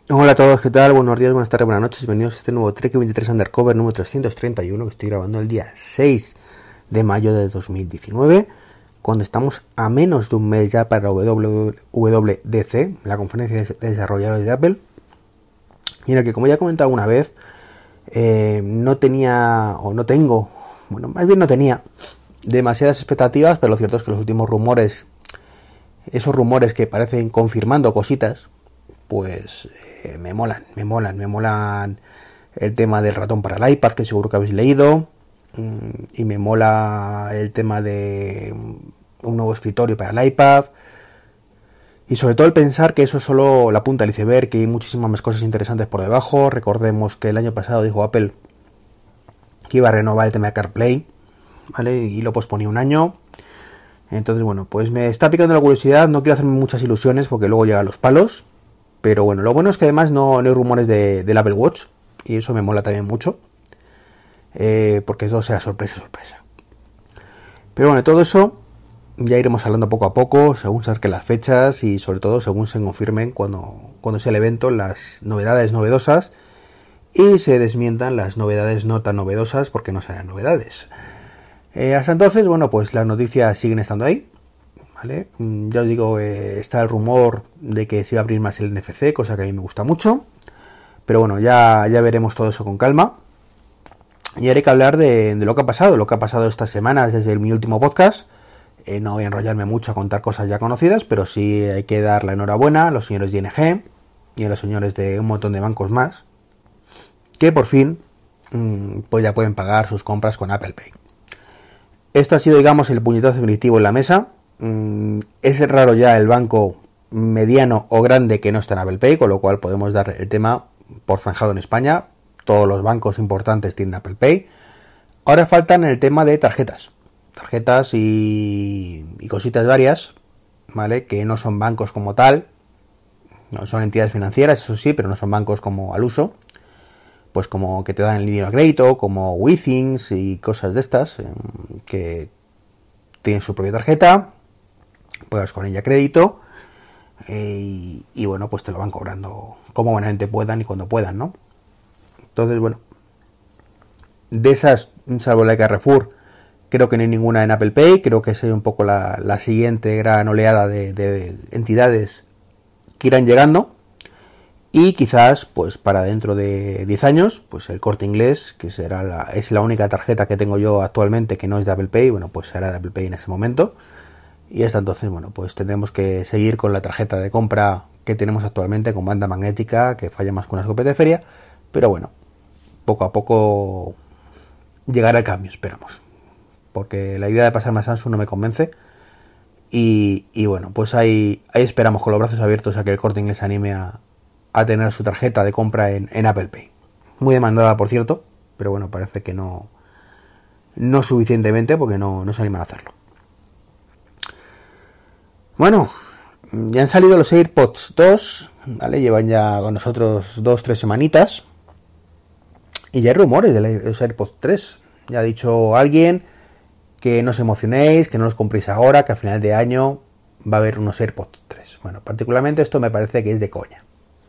Hola a todos, ¿qué tal? Buenos días, buenas tardes, buenas noches. Bienvenidos a este nuevo Trek 23 Undercover número 331 que estoy grabando el día 6 de mayo de 2019, cuando estamos a menos de un mes ya para WWDC, la conferencia de desarrolladores de Apple, y en el que, como ya he comentado alguna vez, no tengo demasiadas expectativas, pero lo cierto es que los últimos rumores, esos rumores que parecen confirmando cositas, pues me molan el tema del ratón para el iPad, que seguro que habéis leído, y me mola el tema de un nuevo escritorio para el iPad, y sobre todo el pensar que eso es solo la punta del iceberg, que hay muchísimas más cosas interesantes por debajo. Recordemos que el año pasado dijo Apple que iba a renovar el tema de CarPlay, ¿vale? Y lo posponía un año. Entonces, bueno, pues me está picando la curiosidad, no quiero hacerme muchas ilusiones porque luego llegan los palos. Pero bueno, lo bueno es que además no hay rumores del Apple Watch, y eso me mola también mucho, porque eso será sorpresa. Pero bueno, de todo eso ya iremos hablando poco a poco, según se acerquen las fechas y sobre todo según se confirmen cuando sea el evento las novedades novedosas y se desmientan las novedades no tan novedosas, porque no serán novedades. Hasta entonces, bueno, pues las noticias siguen estando ahí. ¿Vale? Ya os digo, está el rumor de que se va a abrir más el NFC, cosa que a mí me gusta mucho. Pero bueno, ya veremos todo eso con calma. Y haré que hablar de lo que ha pasado estas semanas desde mi último podcast. No voy a enrollarme mucho a contar cosas ya conocidas, pero sí hay que dar la enhorabuena a los señores de ING y a los señores de un montón de bancos más, que por fin pues ya pueden pagar sus compras con Apple Pay. Esto ha sido, digamos, el puñetazo definitivo en la mesa. Es raro ya el banco mediano o grande que no está en Apple Pay, con lo cual podemos dar el tema por zanjado en España. Todos los bancos importantes tienen Apple Pay. Ahora faltan el tema de tarjetas y cositas varias, ¿vale? Que no son bancos como tal, no son entidades financieras, eso sí, pero no son bancos como al uso, pues como que te dan el dinero a crédito, como Withings y cosas de estas, que tienen su propia tarjeta, pagas con ella crédito, y bueno, pues te lo van cobrando como buenamente puedan y cuando puedan, ¿no? Entonces, bueno, de esas, salvo la de Carrefour, creo que no hay ninguna en Apple Pay. Creo que es un poco la siguiente gran oleada de entidades que irán llegando, y quizás pues para dentro de 10 años pues el Corte Inglés, que es la única tarjeta que tengo yo actualmente que no es de Apple Pay, bueno, pues será de Apple Pay en ese momento. Y hasta entonces, bueno, pues tendremos que seguir con la tarjeta de compra que tenemos actualmente, con banda magnética, que falla más que una escopeta de feria. Pero bueno, poco a poco llegará el cambio, esperamos. Porque la idea de pasarme a Samsung no me convence. Y bueno, pues ahí esperamos con los brazos abiertos a que el Corte Inglés se anime a tener su tarjeta de compra en Apple Pay. Muy demandada, por cierto, pero bueno, parece que no suficientemente, porque no se animan a hacerlo. Bueno, ya han salido los AirPods 2, ¿vale? Llevan ya con nosotros 2-3 semanitas. Y ya hay rumores de los AirPods 3. Ya ha dicho alguien que no os emocionéis, que no los compréis ahora, que a final de año va a haber unos AirPods 3. Bueno, particularmente esto me parece que es de coña.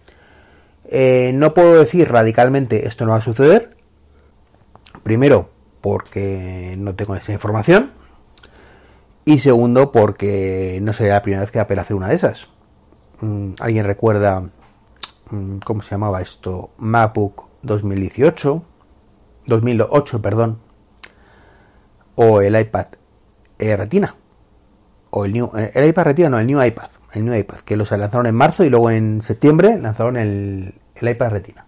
No puedo decir radicalmente esto no va a suceder. Primero, porque no tengo esa información. Y segundo, porque no sería la primera vez que Apple hace una de esas. ¿Alguien recuerda cómo se llamaba esto? MacBook 2008, perdón. O el iPad Retina. O el iPad Retina, no, el New iPad. El New iPad, que los lanzaron en marzo y luego en septiembre lanzaron el iPad Retina.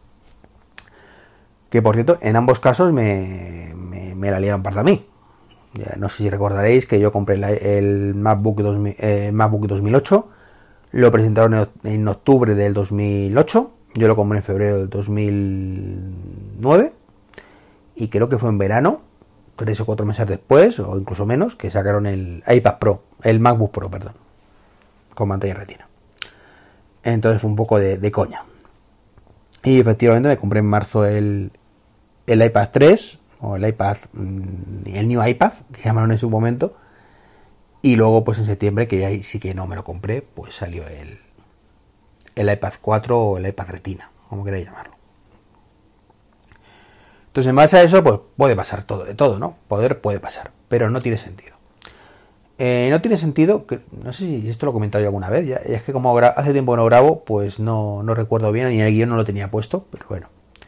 Que por cierto, en ambos casos me la liaron parda a mí. Ya, no sé si recordaréis que yo compré el MacBook 2008, lo presentaron en octubre del 2008, yo lo compré en febrero del 2009, y creo que fue en verano, 3 o 4 meses después, o incluso menos, que sacaron el MacBook Pro, perdón, con pantalla retina. Entonces fue un poco de coña. Y efectivamente me compré en marzo el iPad 3, o el New iPad, que llamaron en su momento, y luego pues en septiembre, que ahí sí que no me lo compré, pues salió el iPad 4 o el iPad Retina, como queráis llamarlo. Entonces, en base a eso, pues puede pasar todo, de todo, ¿no? Puede pasar, pero no tiene sentido. No tiene sentido, no sé si esto lo he comentado yo alguna vez, ya es que como hace tiempo que no grabo, pues no recuerdo bien, ni en el guión no lo tenía puesto, pero bueno.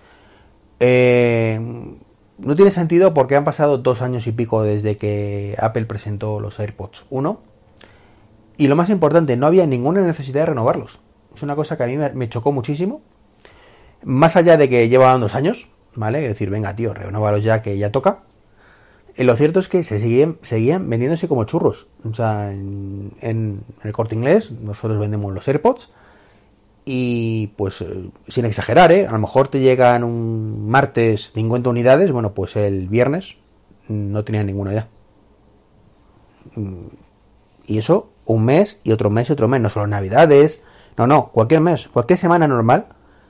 No tiene sentido porque han pasado 2 años y pico desde que Apple presentó los AirPods 1, y lo más importante, no había ninguna necesidad de renovarlos. Es una cosa que a mí me chocó muchísimo, más allá de que llevaban 2 años, ¿vale? Es decir, venga tío, renóvalos ya, que ya toca. Lo cierto es que seguían vendiéndose como churros. O sea, en el Corte Inglés nosotros vendemos los AirPods y pues sin exagerar, a lo mejor te llegan un martes 50 unidades, bueno, pues el viernes no tenían ninguna ya. Y eso un mes y otro mes y otro mes, no solo navidades, no, cualquier mes, cualquier semana normal,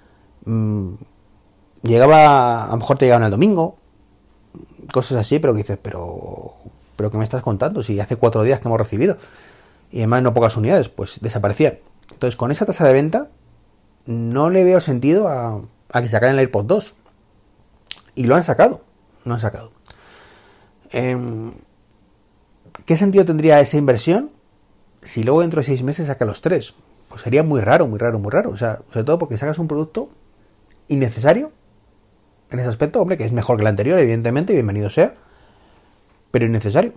llegaba, a lo mejor te llegaban el domingo, cosas así, pero que dices, pero ¿qué me estás contando? Si hace 4 días que hemos recibido, y además no pocas unidades, pues desaparecían. Entonces, con esa tasa de venta, no le veo sentido a que sacaran el AirPod 2. Y lo han sacado. ¿Qué sentido tendría esa inversión si luego dentro de 6 meses saca los 3? Pues sería muy raro. O sea, sobre todo porque sacas un producto innecesario en ese aspecto, hombre, que es mejor que el anterior, evidentemente, bienvenido sea, pero innecesario.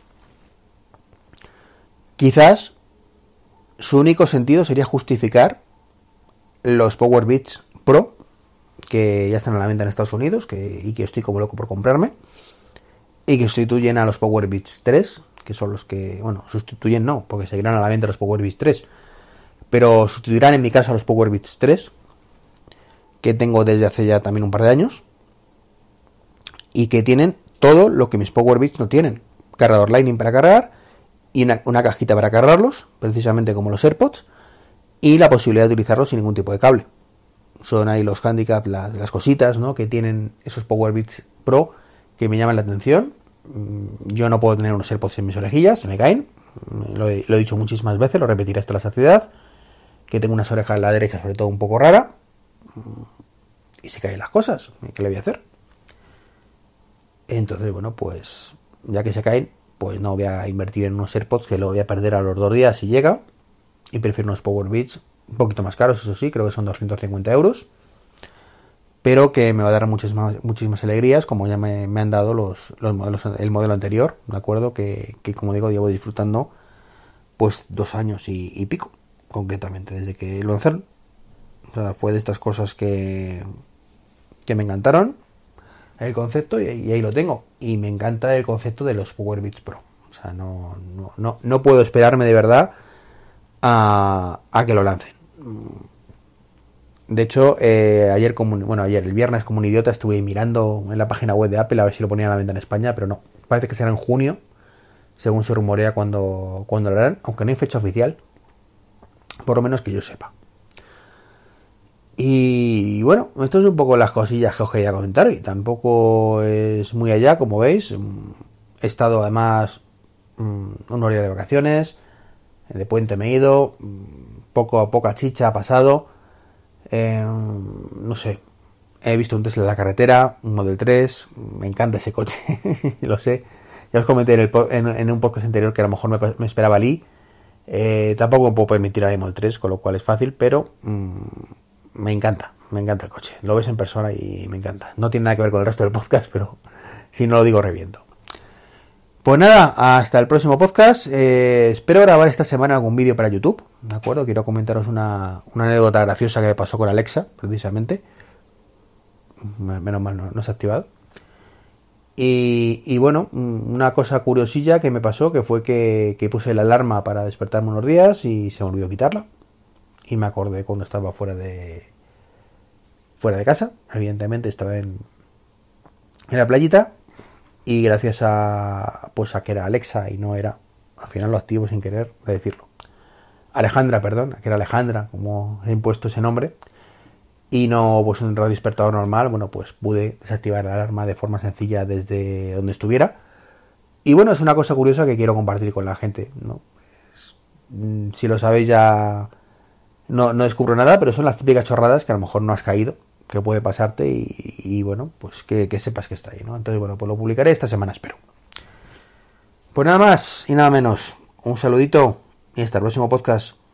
Quizás su único sentido sería justificar los Power Beats Pro, que ya están a la venta en Estados Unidos, y que estoy como loco por comprarme, y que sustituyen a los Power Beats 3, que son los que, bueno, sustituyen no, porque seguirán a la venta los Power Beats 3, pero sustituirán en mi caso a los Power Beats 3, que tengo desde hace ya también un par de años, y que tienen todo lo que mis Power Beats no tienen. Cargador Lightning para cargar, y una cajita para cargarlos, precisamente como los AirPods, y la posibilidad de utilizarlos sin ningún tipo de cable. Son ahí los handicaps, las cositas, ¿no?, que tienen esos Power Beats Pro que me llaman la atención. Yo no puedo tener unos AirPods en mis orejillas, se me caen. Lo he dicho muchísimas veces, lo repetiré hasta la saciedad, que tengo unas orejas a la derecha sobre todo un poco rara, y se caen las cosas. ¿Qué le voy a hacer? Entonces, bueno, pues ya que se caen, pues no voy a invertir en unos AirPods que lo voy a perder a los 2 días si llega, y prefiero unos Power Beats un poquito más caros, eso sí, creo que son 250 euros, pero que me va a dar muchísimas alegrías, como ya me han dado los modelos, el modelo anterior, ¿de acuerdo? Que como digo, llevo disfrutando pues 2 años y pico, concretamente, desde que lo lanzaron. O sea, fue de estas cosas que me encantaron el concepto, y ahí lo tengo. Y me encanta el concepto de los Power Beats Pro. O sea, no puedo esperarme de verdad a que lo lancen. De hecho, ayer, el viernes, como un idiota, estuve mirando en la página web de Apple a ver si lo ponían a la venta en España, pero no. Parece que será en junio, según se rumorea cuando lo harán, aunque no hay fecha oficial, por lo menos que yo sepa. Y bueno, esto es un poco las cosillas que os quería comentar, y tampoco es muy allá, como veis. He estado además unos días de vacaciones, de puente me he ido, poca chicha ha pasado, no sé, he visto un Tesla en la carretera, un Model 3, me encanta ese coche, lo sé, ya os comenté en un podcast anterior que a lo mejor me esperaba Lee, tampoco me puedo permitir el Model 3, con lo cual es fácil, pero me encanta el coche, lo ves en persona y me encanta. No tiene nada que ver con el resto del podcast, pero si no lo digo reviento. Pues nada, hasta el próximo podcast. Espero grabar esta semana algún vídeo para YouTube, ¿de acuerdo? Quiero comentaros una anécdota graciosa que me pasó con Alexa, precisamente. Menos mal no se ha activado. Y bueno, una cosa curiosilla que me pasó, que fue que puse la alarma para despertarme unos días y se me olvidó quitarla. Y me acordé cuando estaba fuera de casa. Evidentemente estaba en la playita. Y gracias a que era Alexa y no era, al final lo activo sin querer decirlo. Alejandra, perdón, que era Alejandra, como he impuesto ese nombre. Y no pues un radio despertador normal, bueno, pues pude desactivar la alarma de forma sencilla desde donde estuviera. Y bueno, es una cosa curiosa que quiero compartir con la gente, ¿no? Si lo sabéis ya no descubro nada, pero son las típicas chorradas que a lo mejor no has caído, que puede pasarte y bueno, pues que sepas que está ahí, ¿no? Entonces, bueno, pues lo publicaré esta semana, espero. Pues nada más y nada menos. Un saludito y hasta el próximo podcast.